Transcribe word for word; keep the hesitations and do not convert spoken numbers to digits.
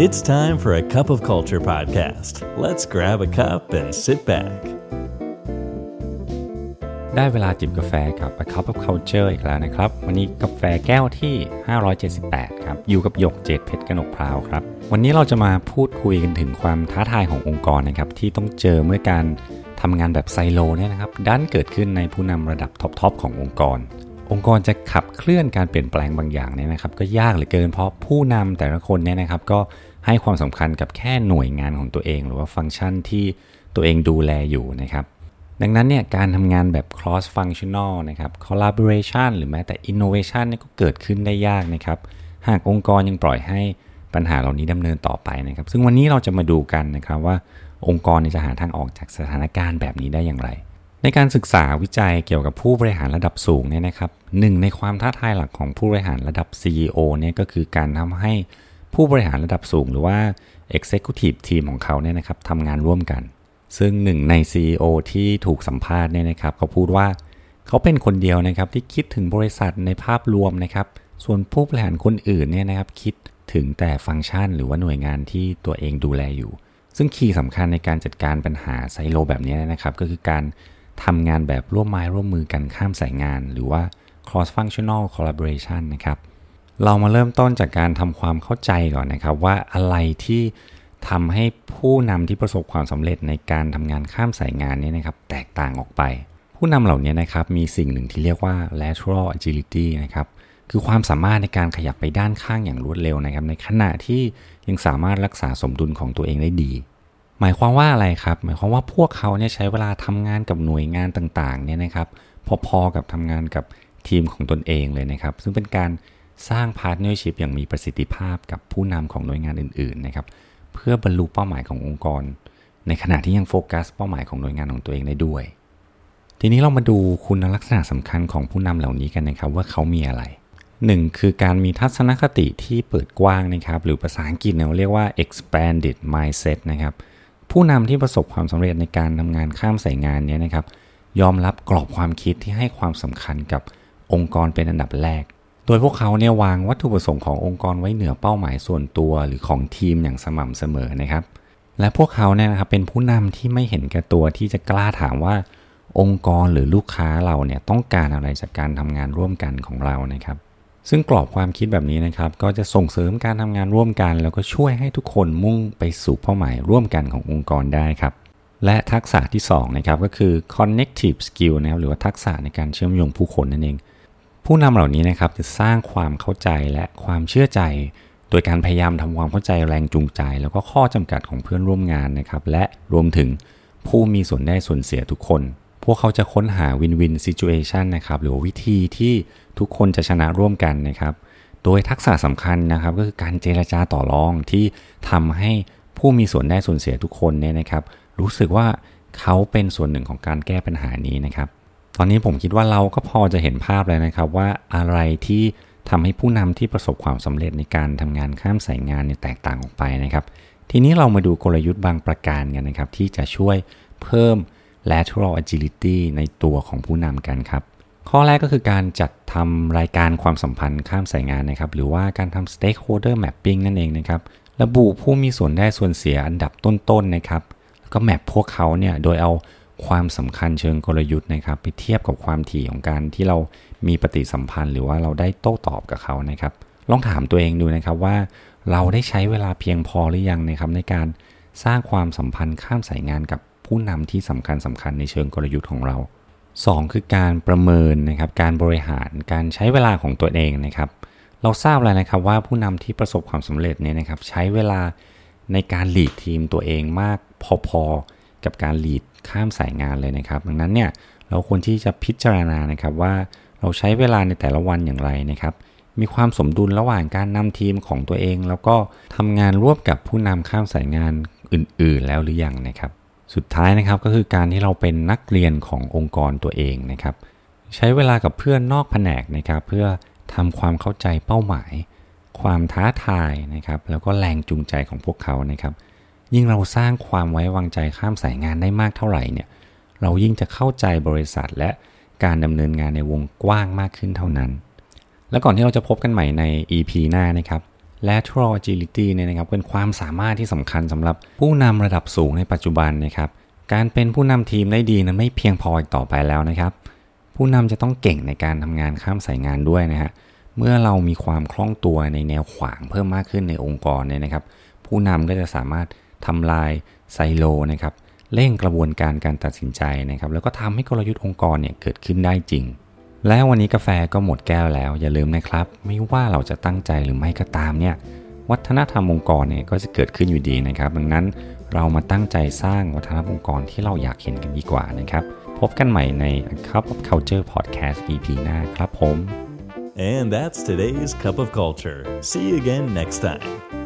It's time for a cup of culture podcast. Let's grab a cup and sit back. ได้เวลาจิบกาแฟกับ A Cup of Culture อีกแล้วนะครับวันนี้กาแฟแก้วที่ห้าร้อยเจ็ดสิบแปดครับอยู่กับหยกเจตเพชรกนกพร้าวครับวันนี้เราจะมาพูดคุยกันถึงความท้าทายขององค์กรนะครับที่ต้องเจอเมื่อการทำงานแบบไซโลเนี่ยนะครับดันเกิดขึ้นในผู้นำระดับท็อปๆขององค์กรองค์กรจะขับเคลื่อนการเปลี่ยนแปลงบางอย่างเนี่ยนะครับก็ยากเหลือเกินเพราะผู้นำแต่ละคนเนี่ยนะครับก็ให้ความสำคัญกับแค่หน่วยงานของตัวเองหรือว่าฟังก์ชันที่ตัวเองดูแลอยู่นะครับดังนั้นเนี่ยการทำงานแบบ cross functional นะครับ collaboration หรือแม้แต่ innovation เนี่ยก็เกิดขึ้นได้ยากนะครับหากองค์กรยังปล่อยให้ปัญหาเหล่านี้ดำเนินต่อไปนะครับซึ่งวันนี้เราจะมาดูกันนะครับว่าองค์กรจะหาทางออกจากสถานการณ์แบบนี้ได้อย่างไรในการศึกษาวิจัยเกี่ยวกับผู้บริหารระดับสูงเนี่ยนะครับหนึ่งในความท้าทายหลักของผู้บริหารระดับ ซี อี โอ เนี่ยก็คือการทำให้ผู้บริหารระดับสูงหรือว่า executive team ของเขาเนี่ยนะครับทำงานร่วมกันซึ่งหนึ่งใน ซี อี โอ ที่ถูกสัมภาษณ์เนี่ยนะครับเขาพูดว่าเขาเป็นคนเดียวนะครับที่คิดถึงบริษัทในภาพรวมนะครับส่วนผู้บริหารคนอื่นเนี่ยนะครับคิดถึงแต่ฟังก์ชันหรือว่าหน่วยงานที่ตัวเองดูแลอยู่ซึ่งคีย์สำคัญในการจัดการปัญหาไซโลแบบนี้นะครับก็คือการทำงานแบบร่วมไม้ร่วมมือกันข้ามสายงานหรือว่า cross functional collaboration นะครับเรามาเริ่มต้นจากการทำความเข้าใจก่อนนะครับว่าอะไรที่ทำให้ผู้นำที่ประสบความสำเร็จในการทำงานข้ามสายงานนี้นะครับแตกต่างออกไปผู้นำเหล่านี้นะครับมีสิ่งหนึ่งที่เรียกว่า lateral agility นะครับคือความสามารถในการขยับไปด้านข้างอย่างรวดเร็วนะครับในขณะที่ยังสามารถรักษาสมดุลของตัวเองได้ดีหมายความว่าอะไรครับหมายความว่าพวกเขาเนี่ยใช้เวลาทำงานกับหน่วยงานต่างๆเนี่ยนะครับพอๆกับทำงานกับทีมของตนเองเลยนะครับซึ่งเป็นการสร้างพาร์ทเนอร์ชิพอย่างมีประสิทธิภาพกับผู้นำของหน่วยงานอื่นๆนะครับเพื่อบรรลุเป้าหมายขององค์กรในขณะที่ยังโฟกัสเป้าหมายของหน่วยงานของตัวเองได้ด้วยทีนี้เรามาดูคุณลักษณะสำคัญของผู้นำเหล่านี้กันนะครับว่าเขามีอะไรหนึ่งคือการมีทัศนคติที่เปิดกว้างนะครับหรือภาษาอังกฤษเราเรียกว่า expanded mindset นะครับผู้นำที่ประสบความสำเร็จในการทำงานข้ามสายงานนี้นะครับยอมรับกรอบความคิดที่ให้ความสำคัญกับองค์กรเป็นอันดับแรกโดยพวกเขาเนี่ยวางวัตถุประสงค์ขององค์กรไว้เหนือเป้าหมายส่วนตัวหรือของทีมอย่างสม่ำเสมอนะครับและพวกเขาเนี่ยนะครับเป็นผู้นำที่ไม่เห็นแก่ตัวที่จะกล้าถามว่าองค์กรหรือลูกค้าเราเนี่ยต้องการอะไรจากการทำงานร่วมกันของเรานะครับซึ่งกรอบความคิดแบบนี้นะครับก็จะส่งเสริมการทำงานร่วมกันแล้วก็ช่วยให้ทุกคนมุ่งไปสู่เป้าหมายร่วมกันขององค์กรได้ครับและทักษะที่สองนะครับก็คือ connective skill นะครับหรือว่าทักษะในการเชื่อมโยงผู้คนนั่นเองผู้นำเหล่านี้นะครับจะสร้างความเข้าใจและความเชื่อใจโดยการพยายามทำความเข้าใจแรงจูงใจแล้วก็ข้อจำกัดของเพื่อนร่วมงานนะครับและรวมถึงผู้มีส่วนได้ส่วนเสียทุกคนพวกเขาจะค้นหา win-win situation นะครับหรือวิธีที่ทุกคนจะชนะร่วมกันนะครับโดยทักษะสำคัญนะครับก็คือการเจรจาต่อรองที่ทำให้ผู้มีส่วนได้ส่วนเสียทุกคนเนี่ยนะครับรู้สึกว่าเขาเป็นส่วนหนึ่งของการแก้ปัญหานี้นะครับตอนนี้ผมคิดว่าเราก็พอจะเห็นภาพแล้วนะครับว่าอะไรที่ทำให้ผู้นำที่ประสบความสำเร็จในการทำงานข้ามสายงานเนี่ยแตกต่างออกไปนะครับทีนี้เรามาดูกลยุทธ์บางประการกันนะครับที่จะช่วยเพิ่ม lateral agility ในตัวของผู้นำกันครับข้อแรกก็คือการจัดทำรายการความสัมพันธ์ข้ามสายงานนะครับหรือว่าการทำ stakeholder mapping นั่นเองนะครับระบุผู้มีส่วนได้ส่วนเสียอันดับต้นๆนะครับแล้วก็แมปพวกเขาเนี่ยโดยเอาความสำคัญเชิงกลยุทธ์นะครับไปเทียบกับความถี่ของการที่เรามีปฏิสัมพันธ์หรือว่าเราได้โต้ตอบกับเขานะครับลองถามตัวเองดูนะครับว่าเราได้ใช้เวลาเพียงพอหรือยังนะครับในการสร้างความสัมพันธ์ข้ามสายงานกับผู้นำที่สำคัญสำคัญในเชิงกลยุทธ์ของเราสองคือการประเมินนะครับการบริหารการใช้เวลาของตัวเองนะครับเราทราบแล้วนะครับว่าผู้นำที่ประสบความสำเร็จเนี่ยนะครับใช้เวลาในการลีดทีมตัวเองมากพอๆกับการลีดข้ามสายงานเลยนะครับดังนั้นเนี่ยเราควรที่จะพิจารณานะครับว่าเราใช้เวลาในแต่ละวันอย่างไรนะครับมีความสมดุลระหว่างการนำทีมของตัวเองแล้วก็ทำงานร่วมกับผู้นำข้ามสายงานอื่นๆแล้วหรือยังนะครับสุดท้ายนะครับก็คือการที่เราเป็นนักเรียนขององค์กรตัวเองนะครับใช้เวลากับเพื่อนนอกแผนกนะครับเพื่อทำความเข้าใจเป้าหมายความท้าทายนะครับแล้วก็แรงจูงใจของพวกเขานะครับยิ่งเราสร้างความไว้วางใจข้ามสายงานได้มากเท่าไหร่เนี่ยเรายิ่งจะเข้าใจบริษัทและการดำเนินงานในวงกว้างมากขึ้นเท่านั้นและก่อนที่เราจะพบกันใหม่ใน อี พี หน้านะครับ lateral agility เนี่ยนะครับเป็นความสามารถที่สำคัญสำหรับผู้นำระดับสูงในปัจจุบันนะครับการเป็นผู้นำทีมได้ดีนั้นไม่เพียงพออีกต่อไปแล้วนะครับผู้นำจะต้องเก่งในการทำงานข้ามสายงานด้วยนะฮะเมื่อเรามีความคล่องตัวในแนวขวางเพิ่มมากขึ้นในองค์กรเนี่ยนะครับผู้นำก็จะสามารถทำลายไซโลนะครับเร่งกระบวนการการตัดสินใจนะครับแล้วก็ทำให้กลยุทธ์องค์กรเนี่ยเกิดขึ้นได้จริงและวันนี้กาแฟก็หมดแก้วแล้วอย่าลืมนะครับไม่ว่าเราจะตั้งใจหรือไม่ก็ตามเนี่ยวัฒนธรรมองค์กรเนี่ยก็จะเกิดขึ้นอยู่ดีนะครับดังนั้นเรามาตั้งใจสร้างวัฒนธรรมองค์กรที่เราอยากเห็นกันดีกว่านะครับพบกันใหม่ใน A Cup of Culture Podcast อี พี หน้าครับผม And that's today's Cup of Culture. See you again next time.